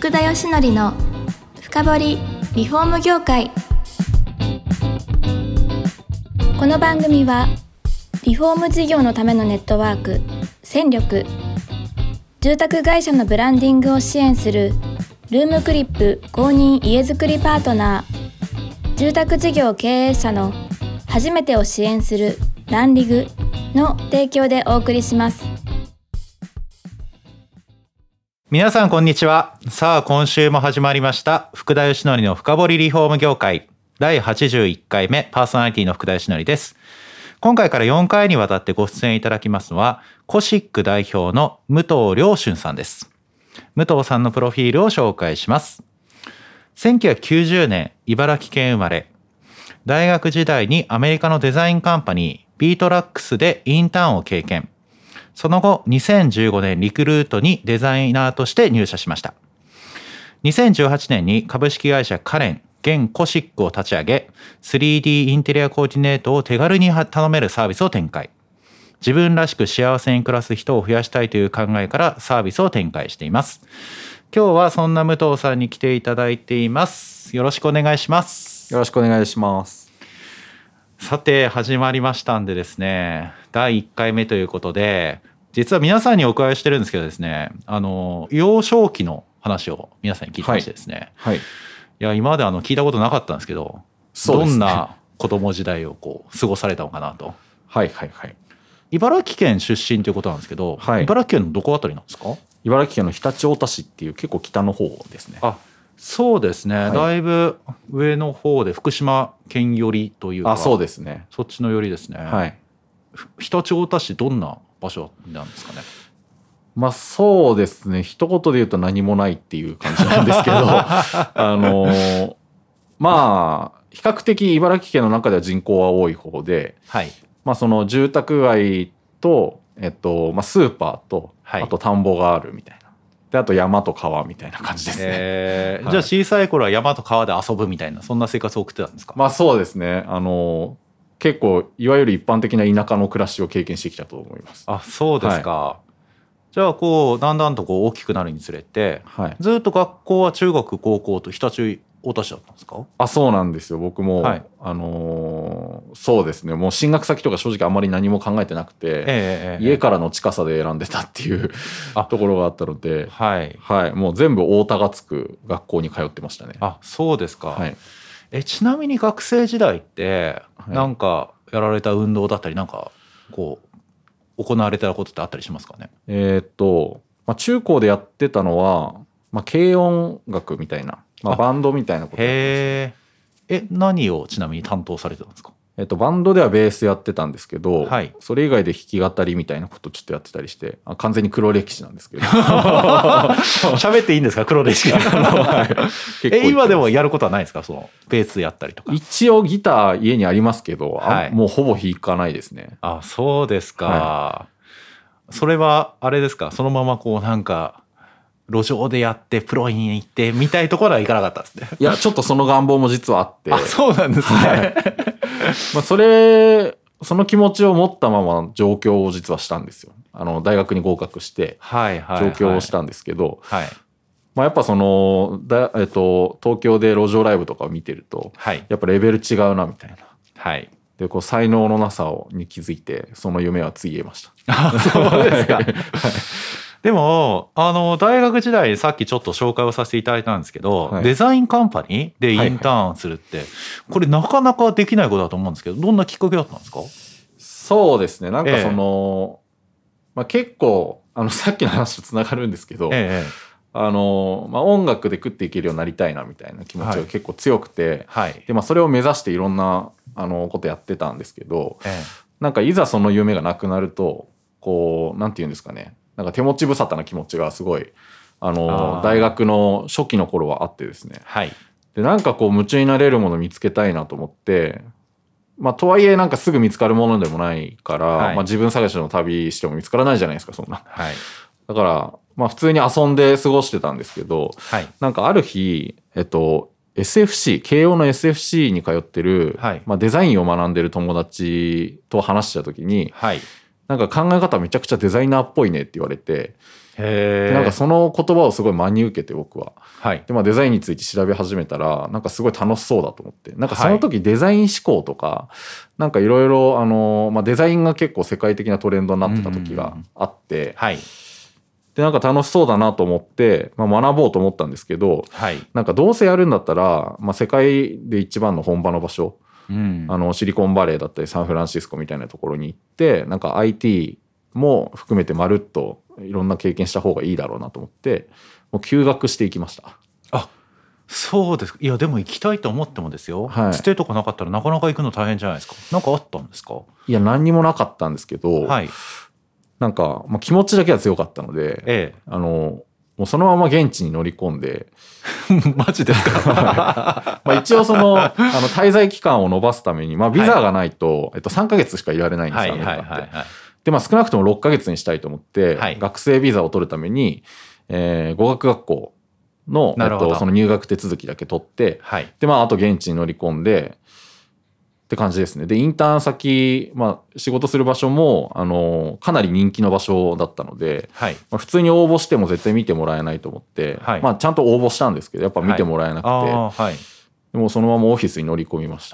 福田義則の深掘りリフォーム業界。この番組はリフォーム事業のためのネットワーク戦力、住宅会社のブランディングを支援するルームクリップ公認家づくりパートナー、住宅事業経営者の初めてを支援するランリグの提供でお送りします。 皆さんこんにちは。さあ今週も始まりました福田義則の深掘りリフォーム業界第81回目、パーソナリティの福田義則です。今回から4回にわたってご出演いただきますのはコシック代表の武藤良俊さんです。武藤さんのプロフィールを紹介します。1990年茨城県生まれ、大学時代にアメリカのデザインカンパニービートラックスでインターンを経験。その後2015年リクルートにデザイナーとして入社しました。2018年に株式会社カレン現コシックを立ち上げ、 3D インテリアコーディネートを手軽に頼めるサービスを展開。自分らしく幸せに暮らす人を増やしたいという考えからサービスを展開しています。今日はそんな武藤さんに来ていただいています。よろしくお願いします。 よろしくお願いします。 さて始まりましたんでですね、第1回目ということで、実は皆さんにお伺いしてるんですけどですね、幼少期の話を皆さんに聞いてましてですね、 はい、 いや今まで聞いたことなかったんですけど、 そうですね、 どんな子供時代を過ごされたのかなと。 はいはいはい。 茨城県出身ということなんですけど、 はい、 茨城県のどこあたりなんですか？ 茨城県の常陸太田市っていう結構北の方ですね。 あ、そうですね、はい、だいぶ上の方で福島県寄りというか。 あ、そうですね、 そっちの寄りですね。 はい。 常陸太田市どんな場所なんですかね？ まあそうですね、一言で言うと何もないっていう感じなんですけどまあ比較的茨城県の中では人口は多い方で、 はい、 まあその住宅街とスーパーと、 はい、 あと田んぼがあるみたいな。であと山と川みたいな感じですね。 じゃあ小さい頃は山と川で遊ぶみたいな、そんな生活を送ってたんですか？ まあそうですね、結構いわゆる一般的な田舎の暮らしを経験してきたと思います。 あ、そうですか。はい、じゃあだんだんと大きくなるにつれて、はい、ずっと学校は中学高校と常陸太田市だったんですか？ あ、そうなんですよ。僕も、はい、そうですね、もう進学先とか正直あんまり何も考えてなくて、家からの近さで選んでたっていうところがあったので、はいはい、もう全部太田がつく学校に通ってましたね。 あ、そうですか。 はい、 ちなみに学生時代ってなんかやられた運動だったり、なんか行われたことってあったりしますかね？ 中高でやってたのは、軽音楽みたいな、バンドみたいなことやってました。 何をちなみに担当されてたんですか？ バンドではベースやってたんですけど、 はい、 それ以外で弾き語りみたいなことちょっとやってたりして、完全に黒歴史なんですけど喋っていいんですか？黒歴史今でもやることはないですか？そのベースやったりとか。 一応ギター家にありますけど、 はい、 もうほぼ弾かないですね。 あ、そうですか。 はい、 それはあれですか？そのままなんか路上でやってプロに行ってみたいところはいかなかったんですね。 いや、ちょっとその願望も実はあって。 あ、そうなんですね。 はい、その気持ちを持ったまま上京を実はしたんですよ。大学に合格して上京をしたんですけど、 はい、 やっぱ東京で路上ライブとかを見てると、 はい、 やっぱレベル違うなみたいな。 はい、 で才能のなさに気づいて、その夢はついえました。 あ、そうですか。はい、でも大学時代さっきちょっと紹介をさせていただいたんですけど、はい、デザインカンパニーでインターンするって、はいはい、これなかなかできないことだと思うんですけど、どんなきっかけだったんですか？ そうですね、なんか結構さっきの話とつながるんですけど、音楽で食っていけるようになりたいなみたいな気持ちが結構強くて、はい、でそれを目指していろんなことやってたんですけど、なんかいざその夢がなくなるとなんていうんですかね、なんか手持ち無沙汰な気持ちがすごい大学の初期の頃はあってですね、 はい、 でなんか夢中になれるものを見つけたいなと思って、とはいえなんかすぐ見つかるものでもないから、はい、自分探しの旅しても見つからないじゃないですか、そんな。 はい、 だから普通に遊んで過ごしてたんですけど、はい、なんかある日SFC、慶応の SFC に通ってる、はい、デザインを学んでる友達と話した時に、はい、なんか考え方めちゃくちゃデザイナーっぽいねって言われて、 でなんかその言葉をすごい真に受けて僕は、 はい、 で、デザインについて調べ始めたらなんかすごい楽しそうだと思って、なんかその時デザイン思考とかなんかいろいろデザインが結構世界的なトレンドになってた時があって、 はい、 でなんか楽しそうだなと思って、学ぼうと思ったんですけど、 はい、 なんかどうせやるんだったら、世界で一番の本場の場所、シリコンバレーだったりサンフランシスコみたいなところに行ってなんか IT も含めてまるっといろんな経験した方がいいだろうなと思ってもう休学していきました。 あ、そうですか。いやでも行きたいと思ってもですよ、 はい、 つてとかなかったらなかなか行くの大変じゃないですか。なんかあったんですか？ いや何にもなかったんですけど、 はい、 なんか、気持ちだけは強かったので、もうそのまま現地に乗り込んでマジですか？ 一応滞在期間を延ばすために、ビザがないと、3ヶ月しかいられないんですよ、アメリカって。で、少なくとも6ヶ月にしたいと思って、学生ビザを取るために、語学学校の、その入学手続きだけ取って、で、あと現地に乗り込んで、って感じですね。で、インターン先、仕事する場所も、かなり人気の場所だったので、普通に応募しても絶対見てもらえないと思って、ちゃんと応募したんですけど、やっぱ見てもらえなくて、でもそのままオフィスに乗り込みました。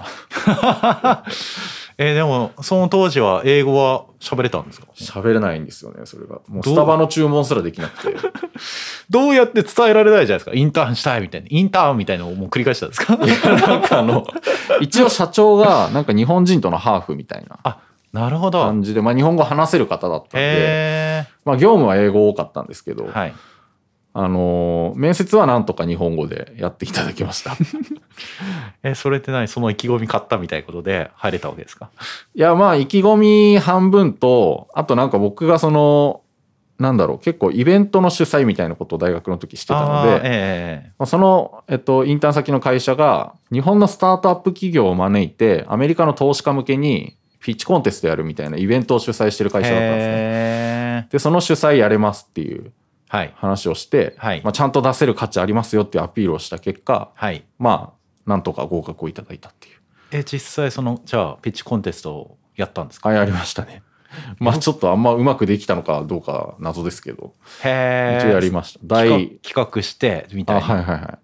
でもその当時は英語は喋れたんですか？ 喋れないんですよね、それが。もうスタバの注文すらできなくて。 どうやって伝えられないじゃないですか。インターンしたいみたいな。インターンみたいなのをもう繰り返したんですか？ いや、なんか一応社長がなんか日本人とのハーフみたいな。 なるほど。 感じで、日本語話せる方だったんで、業務は英語多かったんですけど、面接はなんとか日本語でやっていただきました。 それって何？その意気込み買ったみたいなことで入れたわけですか？ いや、意気込み半分と、あとなんか僕が結構イベントの主催みたいなことを大学の時してたので、その、インターン先の会社が日本のスタートアップ企業を招いてアメリカの投資家向けにピッチコンテストやるみたいなイベントを主催してる会社だったんですね。で、その主催やれますっていう話をして、ちゃんと出せる価値ありますよっていうアピールをした結果、なんとか合格をいただいたっていう。 実際じゃあピッチコンテストをやったんですか？ やりましたね。ちょっとあんまうまくできたのかどうか謎ですけど、一応やりました。 企画してみたいな。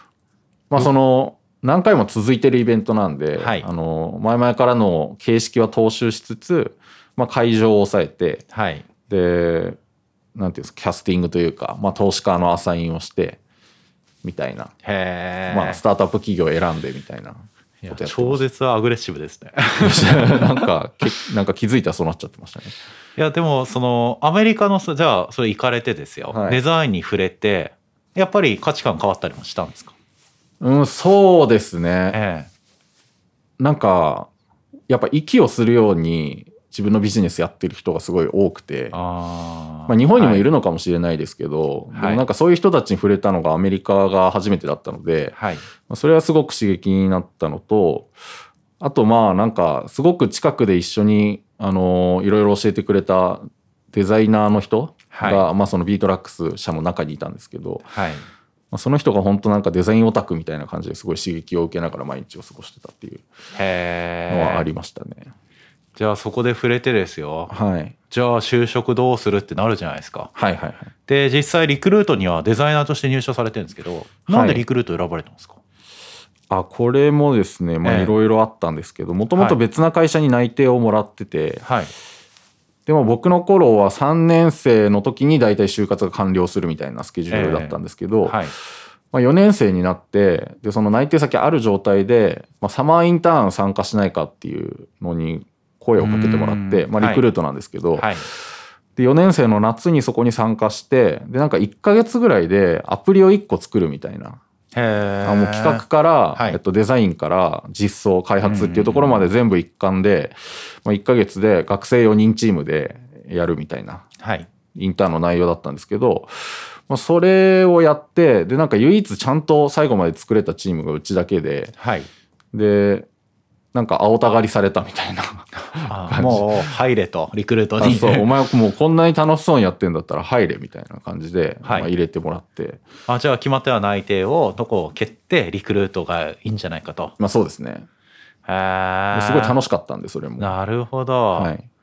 何回も続いてるイベントなんで、前々からの形式は踏襲しつつ、会場を抑えて、で、なんていうんですか、キャスティングというか、投資家のアサインをしてみたいな、スタートアップ企業を選んでみたいなことやってました。 超絶アグレッシブですね。 なんか気づいたらそうなっちゃってましたね。 いやでもアメリカのじゃあそれ行かれてですよ、デザインに触れてやっぱり価値観変わったりもしたんですか？ そうですね。なんかやっぱ息をするように自分のビジネスやってる人がすごい多くて、日本にもいるのかもしれないですけど、でもなんかそういう人たちに触れたのがアメリカが初めてだったので、それはすごく刺激になったのと、あとなんかすごく近くで一緒にいろいろ教えてくれたデザイナーの人が、そのビートラックス社の中にいたんですけど、その人が本当なんかデザインオタクみたいな感じですごい刺激を受けながら毎日を過ごしてたっていうのはありましたね。 じゃあそこで触れてですよ、じゃあ就職どうするってなるじゃないですか。で実際リクルートにはデザイナーとして入社されてるんですけど、なんでリクルート選ばれたんですか？ これもですね、いろいろあったんですけど、もともと別な会社に内定をもらってて、でも僕の頃は3年生の時に大体就活が完了するみたいなスケジュールだったんですけど、4年生になってでその内定先ある状態で、サマーインターン参加しないかっていうのに声をかけてもらって、リクルートなんですけど、で4年生の夏にそこに参加してでなんか1ヶ月ぐらいでアプリを1個作るみたいな。もう企画から、デザインから実装開発っていうところまで全部一貫で、1ヶ月で学生4人チームでやるみたいな、インターンの内容だったんですけど、それをやってでなんか唯一ちゃんと最後まで作れたチームがうちだけで、でなんか青たがりされたみたいな感じ。 もう入れとリクルートに。 お前もうこんなに楽しそうにやってんだったら入れみたいな感じで、入れてもらって。 じゃあ決まっては内定をどこを蹴ってリクルートがいいんじゃないかと。 そうですね。すごい楽しかったんでそれも。 なるほど。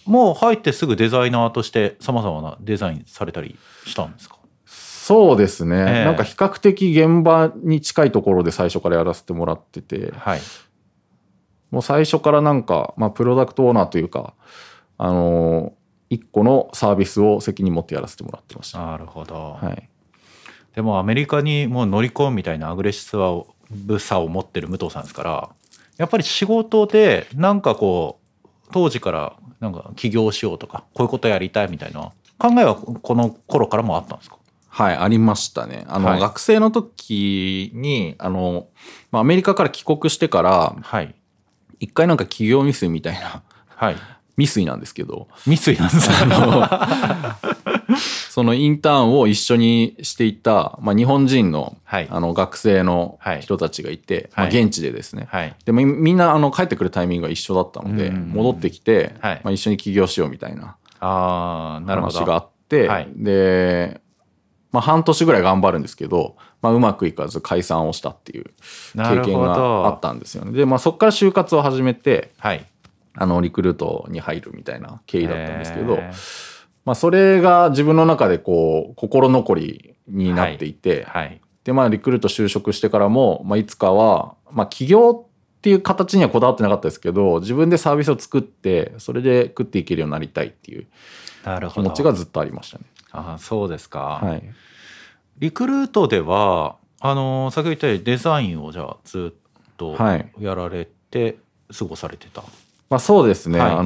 もう入ってすぐデザイナーとしてさまざまなデザインされたりしたんですか？ そうですね、なんか比較的現場に近いところで最初からやらせてもらってて、 はい、 もう最初からなんか、プロダクトオーナーというか一個のサービスを責任持ってやらせてもらってました。 なるほど、 はい、 でもアメリカにもう乗り込むみたいなアグレッシブさを持ってる武藤さんですから、やっぱり仕事でなんかこう当時からなんか起業しようとかこういうことやりたいみたいな考えはこの頃からもあったんですか？ はい、ありましたね。はい、学生の時にアメリカから帰国してから、はい、一回なんか企業未遂みたいな、はい、未遂なんですけど、 未遂なんですそのインターンを一緒にしていた、日本人の、はい、学生の人たちがいて、はい、現地でですね、はい、でもみんな帰ってくるタイミングが一緒だったので、戻ってきて、はい、一緒に起業しようみたいな話があって、はい、で半年ぐらい頑張るんですけど、うまくいかず解散をしたっていう経験があったんですよね。で、そこから就活を始めて、はい、リクルートに入るみたいな経緯だったんですけど、それが自分の中でこう心残りになっていて、はいはい、でリクルート就職してからも、いつかは、起業っていう形にはこだわってなかったですけど、自分でサービスを作ってそれで食っていけるようになりたいっていう気持ちがずっとありましたね。 あ、そうですか、 はい、 リクルートでは先ほど言ったようにデザインをじゃあずっとやられて過ごされてた、 そうですね、はい、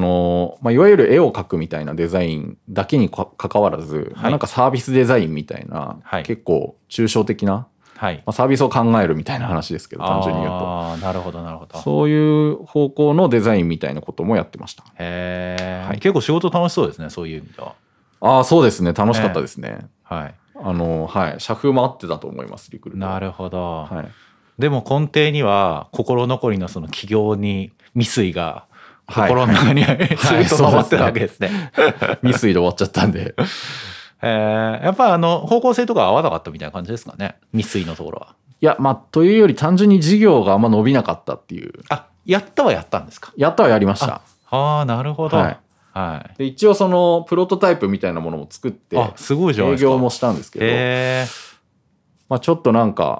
いわゆる絵を描くみたいなデザインだけにかかわらず、はい、なんかサービスデザインみたいな、はい、結構抽象的な、はい、サービスを考えるみたいな話ですけど、単純に言うと。 なるほどなるほど。 そういう方向のデザインみたいなこともやってました。 へえ、はい、結構仕事楽しそうですね、そういう意味では。 そうですね、楽しかったですね。 はい、 はい、社風も合ってたと思います、リクルート。 なるほど、 はい、 でも根底には心残りのその起業に未遂が心の中にずっと守ってたわけですね。 未遂で終わっちゃったんでやっぱ方向性とか合わなかったみたいな感じですかね、未遂のところは。 いや、というより単純に事業があんま伸びなかったっていう。 やったはやったんですか？ やったはやりました。 なるほど、はいはい、で一応そのプロトタイプみたいなものも作ってすごいじゃないですか。 営業もしたんですけど、ちょっとなんか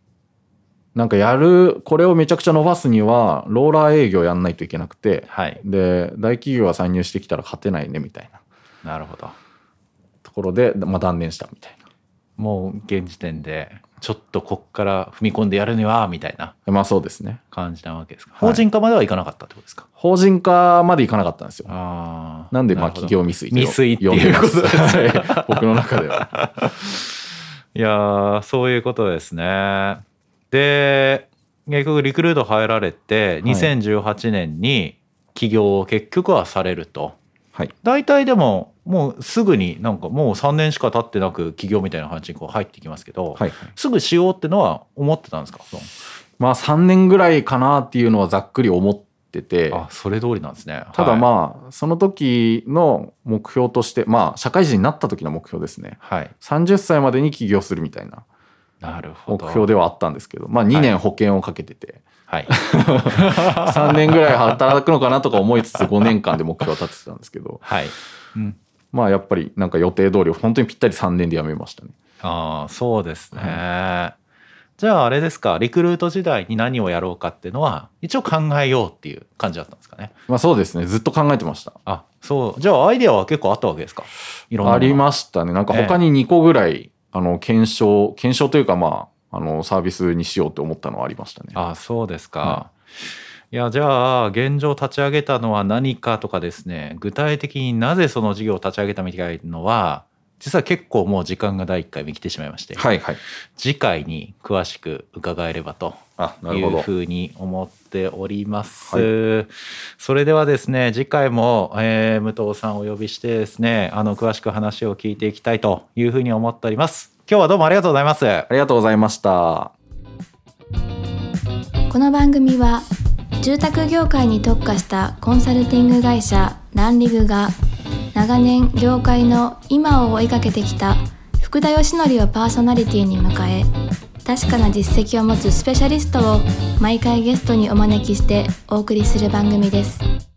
これをめちゃくちゃ伸ばすにはローラー営業やんないといけなくて、はい、で大企業が参入してきたら勝てないねみたいな。 なるほど。 ところで、断念したみたいな。 もう現時点でちょっとこっから踏み込んでやるにはみたいな。 そうですね。 感じなわけですか。法人化まではいかなかったってことですか？ 法人化までいかなかったんですよ。なんで企業未遂っていうことですね。 僕の中では。 いや、そういうことですね。で結局リクルート入られて2018年に起業を結局はされると、はい、大体でももうすぐになんかもう3年しか経ってなく起業みたいな話にこう入ってきますけど、はいはい、すぐしようってのは思ってたんですか ？3年ぐらいかなっていうのはざっくり思ってて、 それ通りなんですね。 ただその時の目標として社会人になった時の目標ですね、はい、30歳までに起業するみたいな目標ではあったんですけど、2年保険をかけてて、はい、3年ぐらい働くのかなとか思いつつ5年間で目標を立ててたんですけど、はい、やっぱりなんか予定通り本当にぴったり3年で辞めましたね。 そうですね、じゃああれですか、リクルート時代に何をやろうかっていうのは一応考えようっていう感じだったんですかね？ そうですね、ずっと考えてました。 じゃあアイデアは結構あったわけですか？ いろんなありましたね。なんか他に2個ぐらい、検証というかサービスにしようと思ったのはありましたね。 そうですか、いや、じゃあ現状立ち上げたのは何かとかですね、具体的になぜその事業を立ち上げたみたいのは実は結構もう時間が第1回目来てしまいまして、はいはい、次回に詳しく伺えればというふうに思っております。はい、それではですね、次回も、武藤さんをお呼びしてですね、詳しく話を聞いていきたいというふうに思っております。今日はどうもありがとうございます。 ありがとうございました。 この番組は住宅業界に特化したコンサルティング会社ランリグが長年業界の今を追いかけてきた福田義則をパーソナリティに迎え、確かな実績を持つスペシャリストを毎回ゲストにお招きしてお送りする番組です。